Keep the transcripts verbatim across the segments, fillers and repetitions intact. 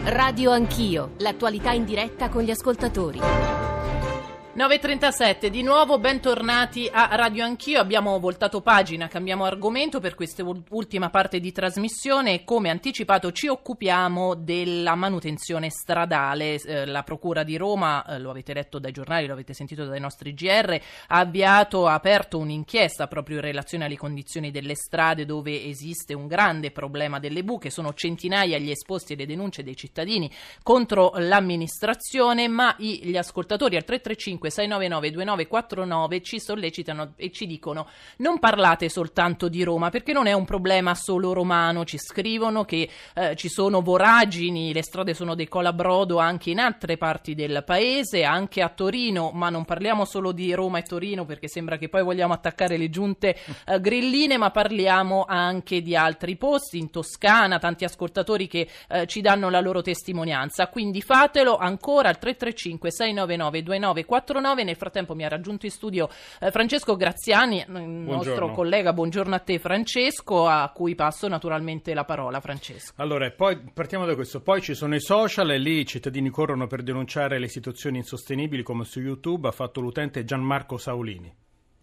Radio Anch'io, l'attualità in diretta con gli ascoltatori. nove e trentasette, di nuovo bentornati a Radio Anch'io. Abbiamo voltato pagina, cambiamo argomento per questa ultima parte di trasmissione e come anticipato ci occupiamo della manutenzione stradale. Eh, la Procura di Roma, eh, lo avete letto dai giornali, lo avete sentito dai nostri G R, ha avviato, ha aperto un'inchiesta proprio in relazione alle condizioni delle strade dove esiste un grande problema delle buche. Sono centinaia gli esposti e le denunce dei cittadini contro l'amministrazione, ma i, gli ascoltatori al tre tre cinque sei nove nove due nove quattro nove ci sollecitano e ci dicono: non parlate soltanto di Roma, perché non è un problema solo romano. Ci scrivono che eh, ci sono voragini, le strade sono dei colabrodo anche in altre parti del paese, anche a Torino, ma non parliamo solo di Roma e Torino perché sembra che poi vogliamo attaccare le giunte eh, grilline, ma parliamo anche di altri posti, in Toscana, tanti ascoltatori che eh, ci danno la loro testimonianza. Quindi fatelo ancora al tre tre cinque sei nove nove due nove quattro nove. Nel frattempo mi ha raggiunto in studio eh, Francesco Graziani, il Buongiorno. nostro collega. Buongiorno a te Francesco, a cui passo naturalmente la parola. Francesco. Allora, poi partiamo da questo, poi ci sono i social e lì i cittadini corrono per denunciare le situazioni insostenibili, come su YouTube ha fatto l'utente Gianmarco Saulini.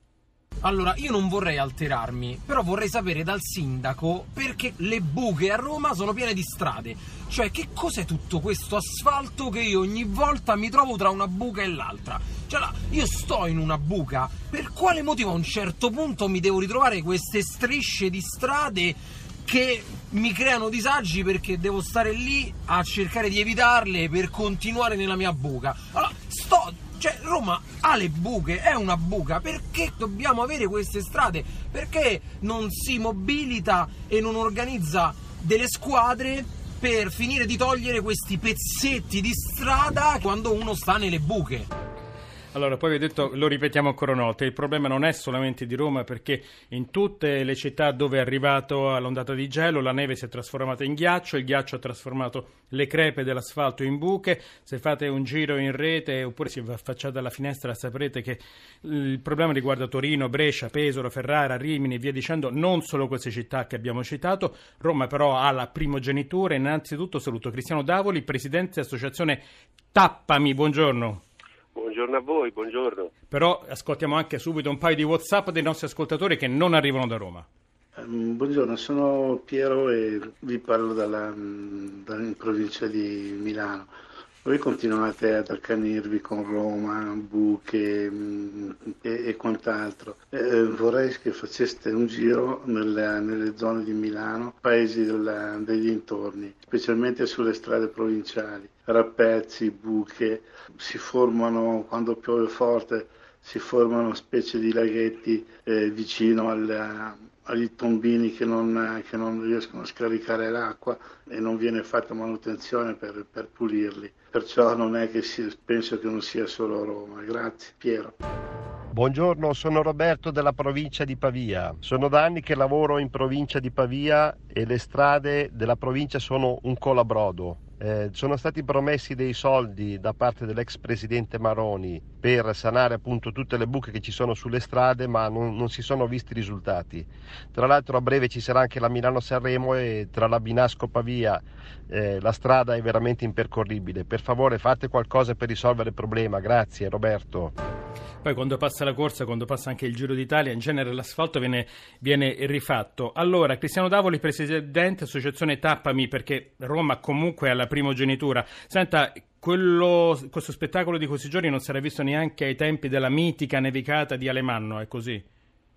Allora, io non vorrei alterarmi, però vorrei sapere dal sindaco perché le buche a Roma sono piene di strade. Cioè, che cos'è tutto questo asfalto che io ogni volta mi trovo tra una buca e l'altra? Cioè, io sto in una buca, per quale motivo a un certo punto mi devo ritrovare queste strisce di strade che mi creano disagi perché devo stare lì a cercare di evitarle per continuare nella mia buca? Allora, sto... Cioè, Roma ha le buche, è una buca, perché dobbiamo avere queste strade? Perché non si mobilita e non organizza delle squadre per finire di togliere questi pezzetti di strada quando uno sta nelle buche? Allora, poi vi ho detto, lo ripetiamo ancora una volta, il problema non è solamente di Roma, perché in tutte le città dove è arrivato l'ondata di gelo la neve si è trasformata in ghiaccio, il ghiaccio ha trasformato le crepe dell'asfalto in buche. Se fate un giro in rete oppure si affacciate alla finestra saprete che il problema riguarda Torino, Brescia, Pesaro, Ferrara, Rimini e via dicendo, non solo queste città che abbiamo citato. Roma però ha la primogenitura. Innanzitutto saluto Cristiano Davoli, presidente dell'associazione Tappami, buongiorno. Buongiorno a voi, buongiorno. Però ascoltiamo anche subito un paio di WhatsApp dei nostri ascoltatori che non arrivano da Roma. Um, buongiorno, sono Piero e vi parlo dalla, dalla provincia di Milano. Voi continuate ad accanirvi con Roma, buche mh, e, e quant'altro. Eh, vorrei che faceste un giro nelle, nelle zone di Milano, paesi della, dei dintorni, specialmente sulle strade provinciali. Rappezzi, buche, si formano quando piove forte, si formano specie di laghetti eh, vicino al, agli tombini che non, che non riescono a scaricare l'acqua e non viene fatta manutenzione per, per pulirli. Perciò non è che si, penso che non sia solo Roma. Grazie, Piero. Buongiorno, sono Roberto della provincia di Pavia. Sono da anni che lavoro in provincia di Pavia e le strade della provincia sono un colabrodo. Eh, sono stati promessi dei soldi da parte dell'ex presidente Maroni per sanare appunto tutte le buche che ci sono sulle strade, ma non, non si sono visti risultati. Tra l'altro a breve ci sarà anche la Milano-Sanremo e tra la Binasco-Pavia eh, la strada è veramente impercorribile. Per favore fate qualcosa per risolvere il problema. Grazie, Roberto. Poi quando passa la corsa, quando passa anche il Giro d'Italia, in genere l'asfalto viene, viene rifatto. Allora, Cristiano Davoli, presidente associazione Tappami, perché Roma comunque ha la primogenitura. Senta, quello, questo spettacolo di questi giorni non si era visto neanche ai tempi della mitica nevicata di Alemanno, è così?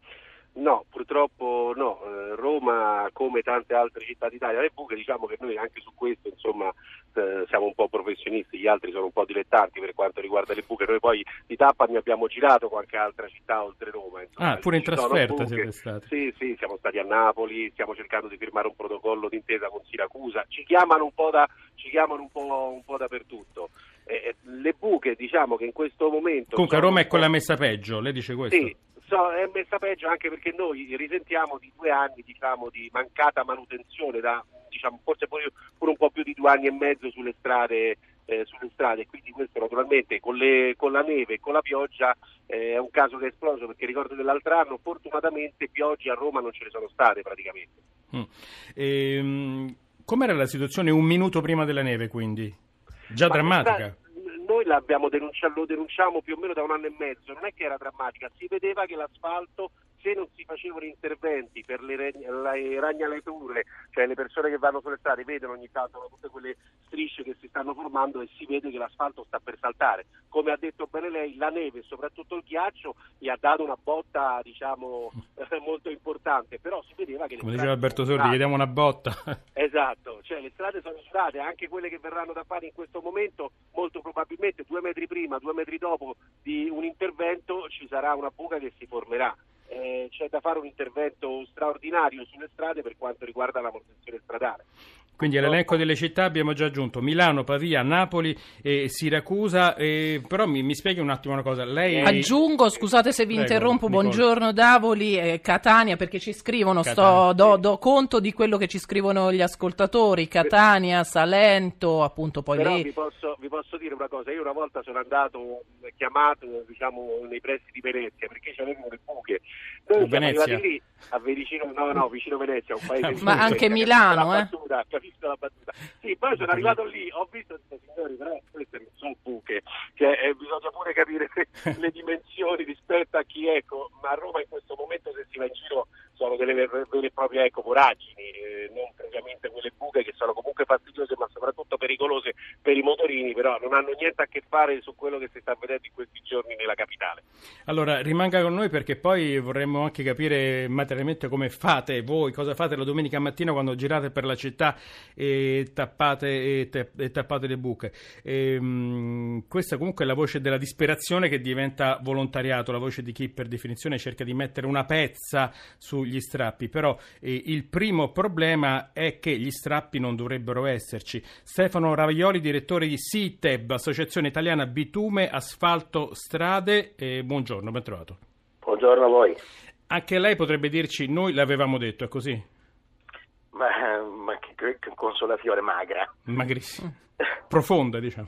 No, purtroppo no. Eh, Roma, come tante altre città d'Italia, le buche, diciamo che noi anche su questo insomma eh, siamo un po' professionisti, gli altri sono un po' dilettanti per quanto riguarda le buche. Noi poi di Tappami abbiamo girato qualche altra città oltre Roma. Insomma, ah, pure in trasferta siete stati? Sì, sì, siamo stati a Napoli, stiamo cercando di firmare un protocollo d'intesa con Siracusa, ci chiamano un po' da, ci chiamano un po', un po' dappertutto. Eh, le buche, diciamo che in questo momento... Comunque Roma è quella messa peggio, lei dice questo? Sì. È messa peggio anche perché noi risentiamo di due anni diciamo di mancata manutenzione da diciamo forse pure, pure un po' più di due anni e mezzo sulle strade eh, sulle strade, quindi questo naturalmente con, le, con la neve e con la pioggia eh, è un caso che è esploso, perché ricordo dell'altro anno fortunatamente piogge a Roma non ce ne sono state praticamente. Mm. Ehm... Com'era la situazione un minuto prima della neve, quindi? Già Ma drammatica? Noi l'abbiamo denunciato, lo denunciamo più o meno da un anno e mezzo, non è che era drammatica, si vedeva che l'asfalto, se non si facevano interventi per le, reg- le ragnaleture, cioè le persone che vanno sulle strade vedono ogni tanto tutte quelle strisce che si stanno formando e si vede che l'asfalto sta per saltare. Come ha detto bene lei, la neve e soprattutto il ghiaccio gli ha dato una botta, diciamo, molto importante, però si vedeva che... Come diceva Alberto Sordi, gli diamo una botta. Esatto, cioè le strade sono state, anche quelle che verranno da fare in questo momento, molto probabilmente due metri prima, due metri dopo di un intervento ci sarà una buca che si formerà. Eh, c'è da fare un intervento straordinario sulle strade per quanto riguarda la manutenzione stradale. Quindi all'elenco delle città abbiamo già aggiunto Milano, Pavia, Napoli e Siracusa, e però mi, mi spieghi un attimo una cosa. Lei... Aggiungo, scusate se vi Prego, interrompo, Nicola. Buongiorno Davoli, eh, Catania, perché ci scrivono, Catania, sto, do, sì. do conto di quello che ci scrivono gli ascoltatori, Catania, Salento, appunto poi Però lì... vi posso, vi posso dire una cosa, io una volta sono andato chiamato, diciamo, nei pressi di Venezia perché c'avevano le buche. Noi A siamo Venezia? arrivati lì, a vicino, no, no, vicino Venezia, un paese di Ma Venezia, anche capisco Milano, la eh? battuta, capisco la battuta. Sì, poi sono arrivato lì, ho visto, signori, però queste non sono buche, cioè eh, bisogna pure capire le dimensioni rispetto a chi, ecco, ma a Roma in questo momento se si va in giro sono delle vere e proprie, ecco, voragini, eh, non propriamente quelle buche che sono comunque fastidiose ma soprattutto pericolose per i motorini, però non hanno niente a che fare su quello che si sta vedendo in questi giorni nella capitale. Allora, rimanga con noi perché poi vorremmo anche capire materialmente come fate voi, cosa fate la domenica mattina quando girate per la città e tappate, e te, e tappate le buche. E, mh, questa comunque è la voce della disperazione che diventa volontariato, la voce di chi per definizione cerca di mettere una pezza sugli strappi, però eh, il primo problema è che gli strappi non dovrebbero esserci. Stefano Ravaioli, direttore di S I T E B, Associazione Italiana Bitume, Asfalto, Strade, eh, buongiorno, ben trovato. Buongiorno a voi. Anche lei potrebbe dirci, noi l'avevamo detto, è così? Ma, ma che, che consolazione magra. Magrissima. Profonda, diciamo.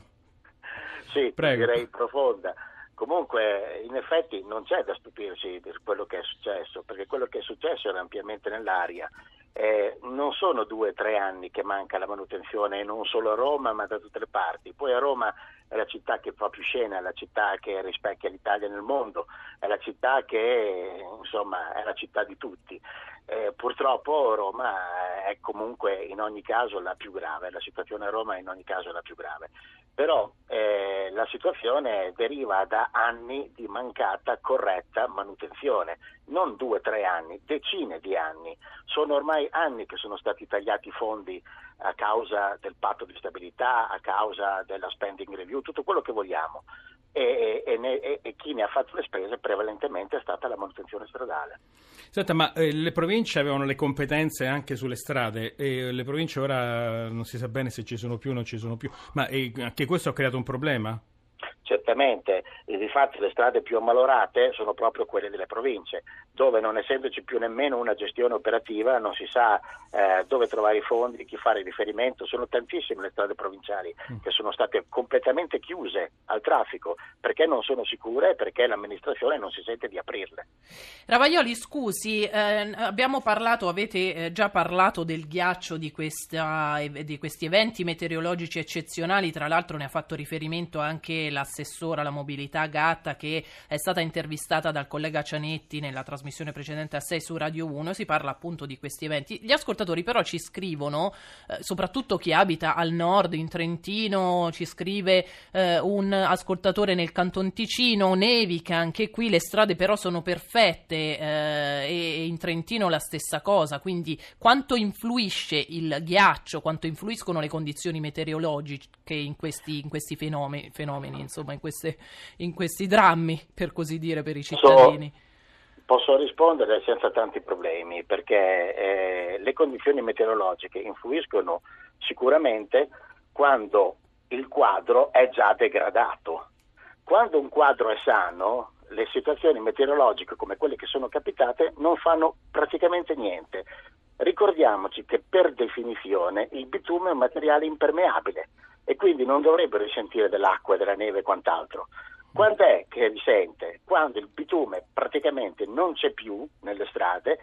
Sì, Prego. direi profonda. Comunque, in effetti, non c'è da stupirsi per quello che è successo, perché quello che è successo era ampiamente nell'aria. Eh, non sono due o tre anni che manca la manutenzione, non solo a Roma, ma da tutte le parti. Poi a Roma è la città che fa più scena, è la città che rispecchia l'Italia nel mondo, è la città che, insomma, è la città di tutti. Eh, purtroppo Roma è comunque in ogni caso la più grave, la situazione a Roma in ogni caso è la più grave. Però eh, la situazione deriva da anni di mancata corretta manutenzione, non due o tre anni, decine di anni. Sono ormai anni che sono stati tagliati i fondi a causa del patto di stabilità, a causa della spending review, tutto quello che vogliamo. E, e, e, e chi ne ha fatto le spese prevalentemente è stata la manutenzione stradale. Senta, ma eh, le province avevano le competenze anche sulle strade e le province ora non si sa bene se ci sono più o non ci sono più, ma eh, anche questo ha creato un problema? Certamente, difatti le strade più ammalorate sono proprio quelle delle province, dove non essendoci più nemmeno una gestione operativa non si sa eh, dove trovare i fondi, chi fare riferimento. Sono tantissime le strade provinciali mm. che sono state completamente chiuse al traffico perché non sono sicure e perché l'amministrazione non si sente di aprirle. Ravaioli, scusi, eh, abbiamo parlato, avete eh, già parlato del ghiaccio di, questa, di questi eventi meteorologici eccezionali, tra l'altro ne ha fatto riferimento anche l'assessora alla mobilità Gatta, che è stata intervistata dal collega Cianetti nella trasmissione precedente a sei su Radio uno. Si parla appunto di questi eventi. Gli ascoltatori però ci scrivono, eh, soprattutto chi abita al nord, in Trentino, ci scrive eh, un ascoltatore nel Canton Ticino, nevica, anche qui le strade però sono perfette, eh, e in Trentino la stessa cosa. Quindi quanto influisce il ghiaccio, quanto influiscono le condizioni meteorologiche in questi, in questi fenomeni, fenomeni insomma in, queste, in questi drammi, per così dire, per i cittadini? So, posso rispondere senza tanti problemi, perché eh, le condizioni meteorologiche influiscono sicuramente quando il quadro è già degradato. Quando un quadro è sano, le situazioni meteorologiche come quelle che sono capitate non fanno praticamente niente. Ricordiamoci che per definizione il bitume è un materiale impermeabile e quindi non dovrebbe risentire dell'acqua, della neve e quant'altro. Quando è che risente? Quando il bitume praticamente non c'è più nelle strade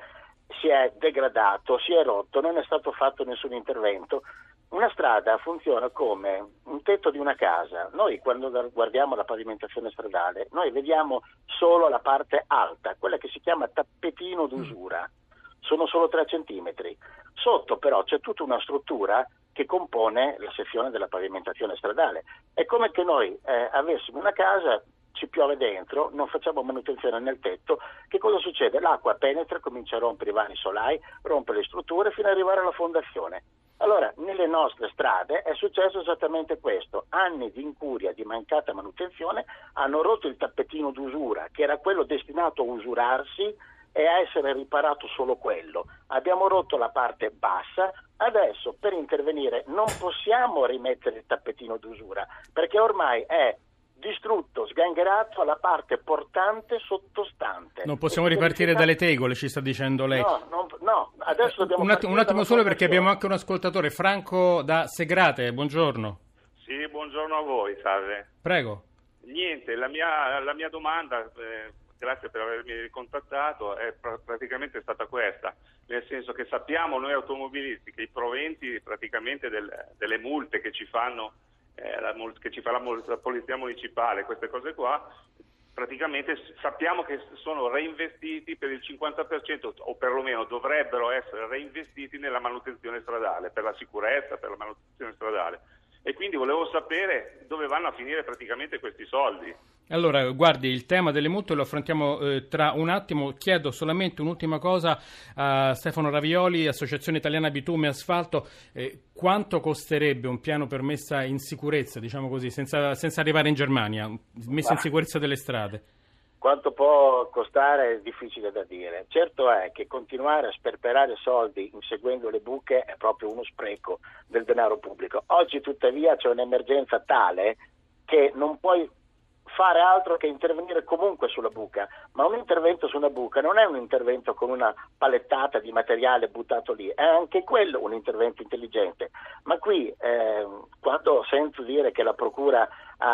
si è degradato, si è rotto, non è stato fatto nessun intervento. Una strada funziona come un tetto di una casa. Noi quando guardiamo la pavimentazione stradale, noi vediamo solo la parte alta, quella che si chiama tappetino d'usura. Sono solo tre centimetri. Sotto però c'è tutta una struttura che compone la sezione della pavimentazione stradale. È come che noi eh, avessimo una casa, ci piove dentro, non facciamo manutenzione nel tetto, che cosa succede? L'acqua penetra, comincia a rompere i vari solai, rompe le strutture fino ad arrivare alla fondazione. Allora, nelle nostre strade è successo esattamente questo. Anni di incuria, di mancata manutenzione, hanno rotto il tappetino d'usura, che era quello destinato a usurarsi e a essere riparato solo quello. Abbiamo rotto la parte bassa, adesso per intervenire non possiamo rimettere il tappetino d'usura, perché ormai è distrutto, sgangherato alla parte portante sottostante. Non possiamo ripartire dalle tegole, ci sta dicendo lei. No, non, no adesso dobbiamo un attimo, un attimo solo perché abbiamo anche un ascoltatore, Franco da Segrate, buongiorno. Sì, buongiorno a voi, salve. Prego. Niente, la mia, la mia domanda, eh, grazie per avermi contattato, è pr- praticamente stata questa, nel senso che sappiamo noi automobilisti che i proventi praticamente del, delle multe che ci fanno Eh, la, che ci fa la, la polizia municipale, queste cose qua, praticamente sappiamo che sono reinvestiti per il cinquanta per cento o perlomeno dovrebbero essere reinvestiti nella manutenzione stradale, per la sicurezza, per la manutenzione stradale, e quindi volevo sapere dove vanno a finire praticamente questi soldi. Allora, guardi, il tema delle multe lo affrontiamo eh, tra un attimo. Chiedo solamente un'ultima cosa a Stefano Ravioli, Associazione Italiana Bitume Asfalto. Eh, quanto costerebbe un piano per messa in sicurezza, diciamo così, senza, senza arrivare in Germania, messa in sicurezza delle strade? Quanto può costare è difficile da dire. Certo è che continuare a sperperare soldi inseguendo le buche è proprio uno spreco del denaro pubblico. Oggi tuttavia c'è un'emergenza tale che non puoi fare altro che intervenire comunque sulla buca, ma un intervento su una buca non è un intervento con una palettata di materiale buttato lì, è anche quello un intervento intelligente. Ma qui eh, quando sento dire che la procura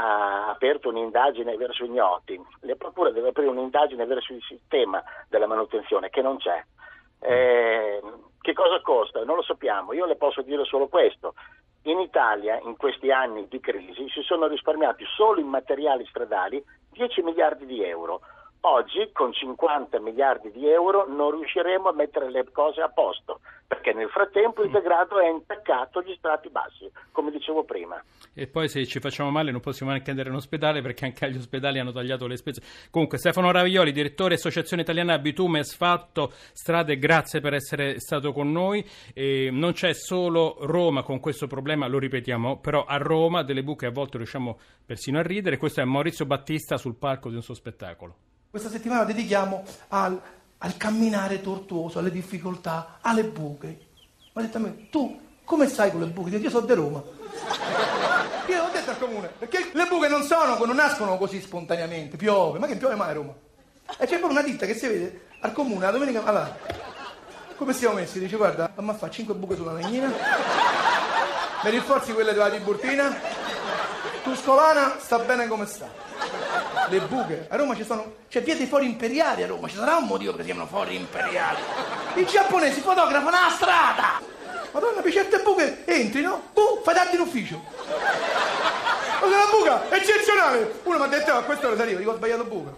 ha aperto un'indagine verso ignoti, la procura deve aprire un'indagine verso il sistema della manutenzione che non c'è. Eh, che cosa costa? Non lo sappiamo, io le posso dire solo questo. In Italia, in questi anni di crisi, si sono risparmiati solo in materiali stradali dieci miliardi di euro. Oggi, con cinquanta miliardi di euro, non riusciremo a mettere le cose a posto, perché nel frattempo il degrado è intaccato agli strati bassi, come dicevo prima. E poi se ci facciamo male non possiamo neanche andare in ospedale, perché anche agli ospedali hanno tagliato le spese. Comunque, Stefano Ravioli, direttore Associazione Italiana Bitume Asfalto Strade, grazie per essere stato con noi. E non c'è solo Roma con questo problema, lo ripetiamo, però a Roma delle buche a volte riusciamo persino a ridere. Questo è Maurizio Battista sul palco di un suo spettacolo. Questa settimana dedichiamo al, al camminare tortuoso, alle difficoltà, alle buche. Ma ha detto a me, tu come stai con le buche? Io sono di Roma. Io l'ho detto al comune, perché le buche non sono, non nascono così spontaneamente, piove, ma che piove mai a Roma? E c'è proprio una ditta che si vede al comune, la domenica, allora, come siamo messi? Dice, guarda, mamma fa cinque buche sulla legnina, mi rinforzi quelle della Tiburtina, Tuscolana sta bene come sta. Le buche, a Roma ci sono, c'è via dei fori imperiali a Roma, ci sarà un motivo che si chiamano fori imperiali. I giapponesi fotografano la strada. Madonna, per certe buche entri, no? Tu fai tardi in ufficio. Ma è una buca eccezionale. Uno mi ha detto, a quest'ora si arriva, dico, ho sbagliato buca.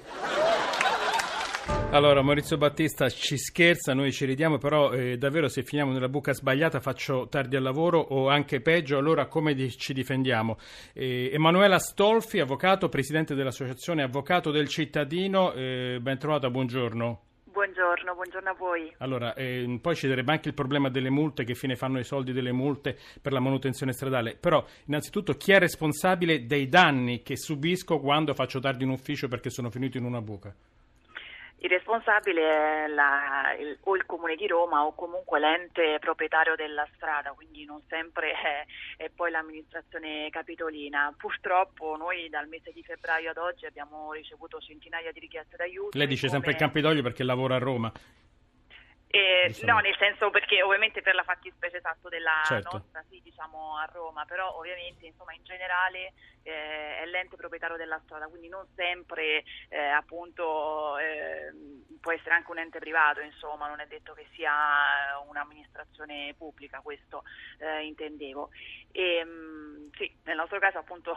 Allora, Maurizio Battista ci scherza, noi ci ridiamo, però eh, davvero se finiamo nella buca sbagliata faccio tardi al lavoro o anche peggio, allora come di- ci difendiamo? Eh, Emanuela Stolfi, avvocato, presidente dell'Associazione Avvocato del Cittadino, eh, ben trovata, buongiorno. Buongiorno, buongiorno a voi. Allora, eh, poi ci sarebbe anche il problema delle multe, che fine fanno i soldi delle multe per la manutenzione stradale, però innanzitutto chi è responsabile dei danni che subisco quando faccio tardi in ufficio perché sono finito in una buca? Il responsabile è la, il, o il Comune di Roma o comunque l'ente proprietario della strada, quindi non sempre è, è poi l'amministrazione capitolina. Purtroppo noi dal mese di febbraio ad oggi abbiamo ricevuto centinaia di richieste d'aiuto. Lei dice come... sempre il Campidoglio perché lavora a Roma. Eh, no, nel senso, perché ovviamente per la fattispecie esatto della certo. nostra, sì, diciamo a Roma, però ovviamente insomma in generale eh, è l'ente proprietario della strada, quindi non sempre eh, appunto eh, può essere anche un ente privato, insomma, non è detto che sia un'amministrazione pubblica, questo eh, intendevo. E, mh, sì, nel nostro caso appunto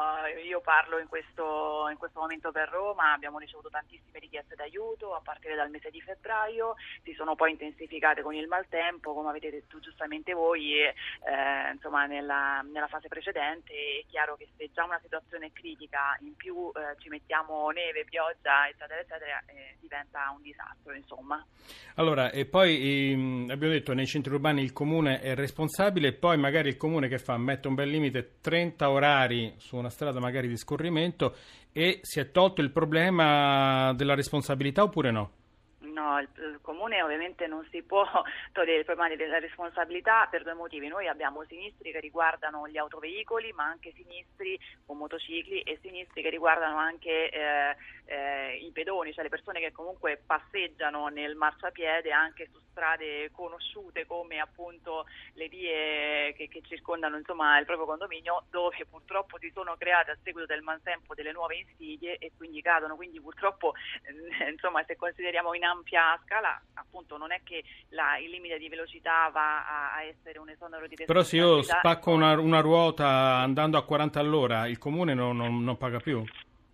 io parlo in questo, in questo momento per Roma, abbiamo ricevuto tantissime richieste d'aiuto a partire dal mese di febbraio, si sono poi intensificate con il maltempo, come avete detto giustamente voi, e, eh, insomma nella, nella fase precedente è chiaro che se già una situazione è critica, in più eh, ci mettiamo neve, pioggia, eccetera, eccetera, eh, diventa un disastro, insomma. Allora, e poi ehm, abbiamo detto nei centri urbani il comune è responsabile, e poi magari il comune che fa? Mette un bel limite, trenta orari su una strada magari di scorrimento, e si è tolto il problema della responsabilità oppure no? No, il, il comune ovviamente non si può togliere il problema della responsabilità per due motivi. Noi abbiamo sinistri che riguardano gli autoveicoli, ma anche sinistri con motocicli, e sinistri che riguardano anche eh, eh, i pedoni, cioè le persone che comunque passeggiano nel marciapiede anche su strade conosciute come appunto le vie che, che circondano insomma il proprio condominio, dove purtroppo si sono create a seguito del maltempo delle nuove insidie e quindi cadono. Quindi purtroppo eh, insomma, se consideriamo in ampia scala, appunto non è che la, il limite di velocità va a, a essere un esonero di Però se io responsabilità. spacco una, una ruota andando a quaranta all'ora, il comune non, non, non paga più?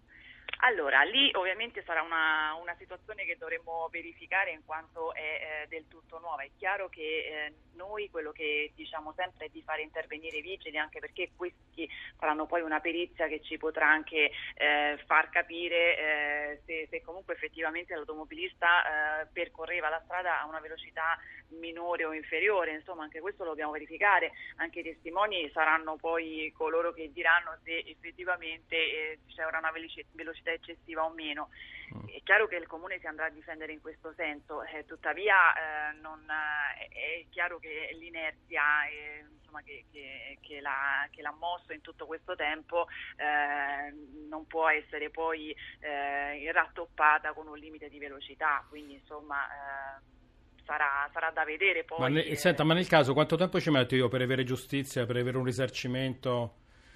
Allora, lì ovviamente sarà una, una situazione che dovremmo verificare in quanto è eh, del tutto nuova. È chiaro che eh, noi quello che diciamo sempre è di fare intervenire i vigili, anche perché questi faranno poi una perizia che ci potrà anche eh, far capire eh, se, se comunque effettivamente l'automobilista eh, percorreva la strada a una velocità minore o inferiore, insomma anche questo lo dobbiamo verificare. Anche i testimoni saranno poi coloro che diranno se effettivamente eh, c'è una velocità eccessiva o meno. È chiaro che il comune si andrà a difendere in questo senso, eh, tuttavia eh, non, eh, è chiaro che l'inerzia eh, insomma, che, che, che, l'ha, che l'ha mosso in tutto questo tempo eh, non può essere poi eh, rattoppata con un limite di velocità, quindi insomma eh, sarà, sarà da vedere poi. Ma, ne, eh, senta, ma nel caso quanto tempo ci metto io per avere giustizia, per avere un risarcimento?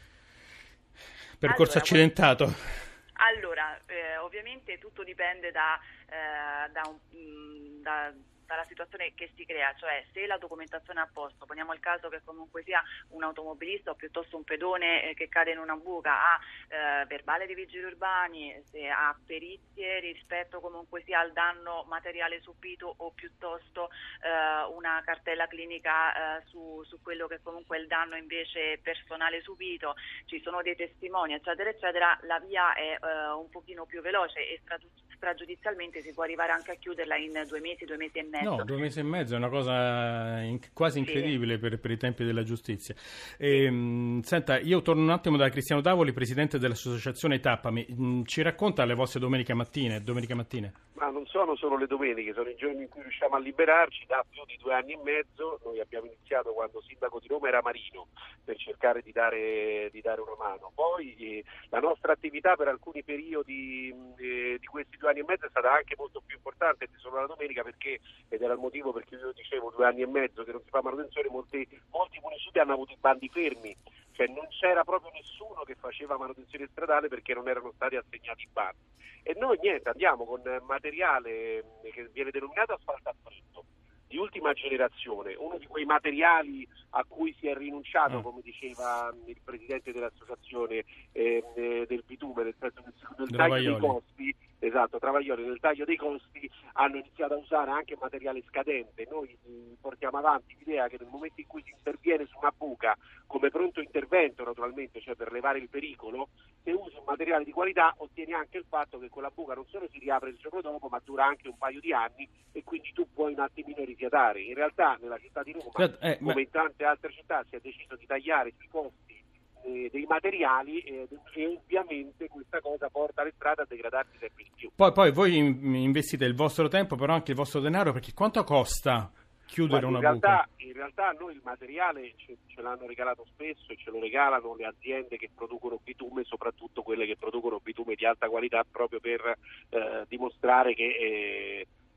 Percorso allora, accidentato? Allora, eh, ovviamente tutto dipende da, eh, da un, da, dalla situazione che si crea, cioè se la documentazione è a posto, poniamo il caso che comunque sia un automobilista o piuttosto un pedone eh, che cade in una buca, ha eh, verbale dei vigili urbani, se ha perizie rispetto comunque sia al danno materiale subito o piuttosto eh, una cartella clinica eh, su, su quello che comunque è il danno invece personale subito, ci sono dei testimoni eccetera eccetera, la via è eh, un pochino più veloce e stragiudizialmente si può arrivare anche a chiuderla in due mesi, due mesi e mezzo. No, due mesi e mezzo è una cosa in, quasi incredibile sì. per, per i tempi della giustizia. E, mh, senta, io torno un attimo da Cristiano Davoli, presidente dell'associazione Tappami. Mh, ci racconta le vostre domeniche mattine, domeniche mattine? Ma non sono solo le domeniche, sono i giorni in cui riusciamo a liberarci. Da più di due anni e mezzo noi abbiamo iniziato quando sindaco di Roma era Marino, per cercare di dare, di dare una mano. Poi eh, la nostra attività per alcuni periodi eh, di questi due anni e mezzo è stata anche molto più importante di solo la domenica, perché, ed era il motivo perché io dicevo due anni e mezzo che non si fa manutenzione, molti, molti municipi hanno avuto i bandi fermi, cioè non c'era proprio nessuno che faceva manutenzione stradale perché non erano stati assegnati i bandi. E noi niente, andiamo con materiale che viene denominato asfalto a freddo, di ultima generazione, uno di quei materiali a cui si è rinunciato, mm. come diceva il presidente dell'associazione eh, del bitume, nel senso che nel taglio dei costi, esatto, Travaglioli, nel taglio dei costi hanno iniziato a usare anche materiale scadente. Noi eh, portiamo avanti l'idea che nel momento in cui si interviene su una buca, come pronto intervento naturalmente, cioè per levare il pericolo, se usi un materiale di qualità ottieni anche il fatto che quella buca non solo si riapre il giorno dopo, ma dura anche un paio di anni e quindi tu puoi un attimino rifiatare. In realtà nella città di Roma, eh, come ma... in tante altre città, si è deciso di tagliare sui costi eh, dei materiali eh, e ovviamente questa cosa porta le strade a degradarsi sempre di più. Poi, poi voi investite il vostro tempo, però anche il vostro denaro, perché quanto costa chiudere Guarda, una in realtà, buca? In realtà noi il materiale ce, ce l'hanno regalato spesso e ce lo regalano le aziende che producono bitume, soprattutto quelle che producono bitume di alta qualità, proprio per eh, dimostrare che, eh,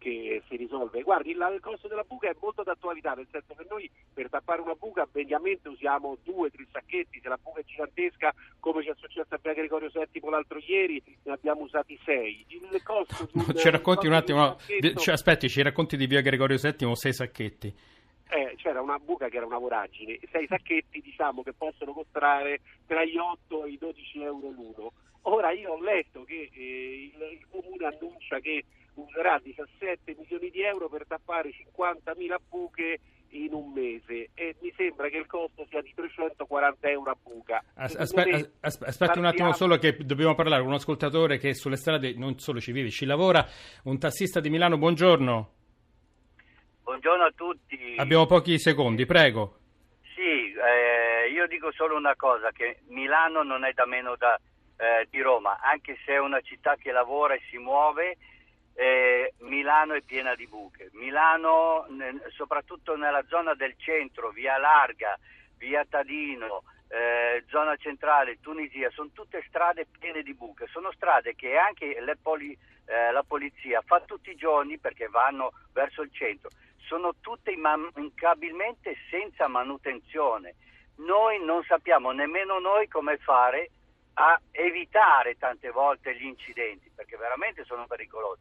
che si risolve. Guardi, il, il costo della buca è molto d'attualità, nel senso che noi per tappare una buca mediamente usiamo due, tre sacchetti, se la buca è gigantesca, come ci è successo a Via Gregorio settimo l'altro ieri, ne abbiamo usati sei. Il costo di un, ci racconti un attimo, no, sacchetto... cioè, aspetti, ci racconti di Via Gregorio settimo sei sacchetti. Eh, c'era una buca che era una voragine, sei sacchetti diciamo che possono costare tra gli otto e i dodici euro l'uno. Ora io ho letto che eh, il, il comune annuncia che userà diciassette milioni di euro per tappare cinquantamila buche in un mese e mi sembra che il costo sia di trecentoquaranta euro a buca. As- aspe- as- aspetti un attimo solo che dobbiamo parlare con un ascoltatore che sulle strade non solo ci vive, ci lavora, un tassista di Milano, buongiorno. Buongiorno a tutti. Abbiamo pochi secondi, prego. Sì, eh, io dico solo una cosa, che Milano non è da meno da, eh, di Roma, anche se è una città che lavora e si muove, eh, Milano è piena di buche. Milano, ne, soprattutto nella zona del centro, via Larga, via Tadino, eh, zona centrale, Tunisia, sono tutte strade piene di buche. Sono strade che anche le poli, eh, la polizia fa tutti i giorni perché vanno verso il centro. Sono tutte immancabilmente senza manutenzione. Noi non sappiamo nemmeno noi come fare a evitare tante volte gli incidenti, perché veramente sono pericolosi.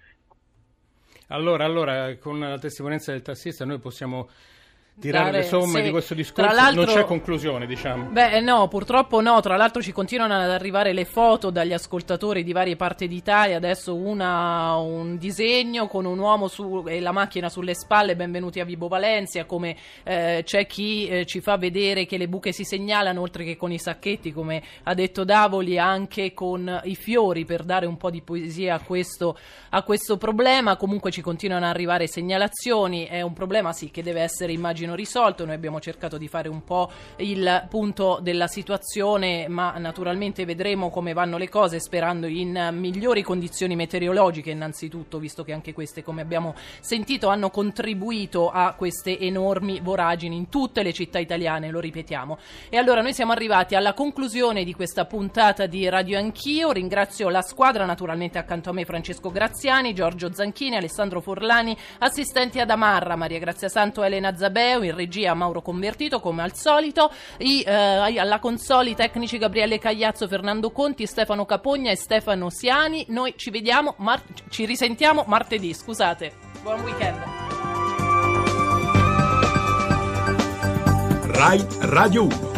Allora, allora, con la testimonianza del tassista noi possiamo tirare Dare, le somme sì. di questo discorso, Tra l'altro, non c'è conclusione, diciamo. Beh no, purtroppo no, tra l'altro ci continuano ad arrivare le foto dagli ascoltatori di varie parti d'Italia, adesso una, un disegno con un uomo su, e la macchina sulle spalle, benvenuti a Vibo Valencia, come eh, c'è chi eh, ci fa vedere che le buche si segnalano oltre che con i sacchetti, come ha detto Davoli, anche con i fiori per dare un po' di poesia a questo, a questo problema. Comunque ci continuano ad arrivare segnalazioni, è un problema sì che deve essere immaginato risolto. Noi abbiamo cercato di fare un po' il punto della situazione, ma naturalmente vedremo come vanno le cose, sperando in migliori condizioni meteorologiche innanzitutto, visto che anche queste, come abbiamo sentito, hanno contribuito a queste enormi voragini in tutte le città italiane, lo ripetiamo. E allora noi siamo arrivati alla conclusione di questa puntata di Radio Anch'io. Ringrazio la squadra, naturalmente accanto a me Francesco Graziani, Giorgio Zanchini, Alessandro Forlani, assistenti ad Amarra, Maria Grazia Santo, Elena Zabeo, in regia Mauro Convertito come al solito, I, eh, alla console i tecnici Gabriele Cagliazzo, Fernando Conti, Stefano Capogna e Stefano Siani. Noi ci vediamo, mar- ci risentiamo martedì, scusate. Buon weekend. Rai Radio uno.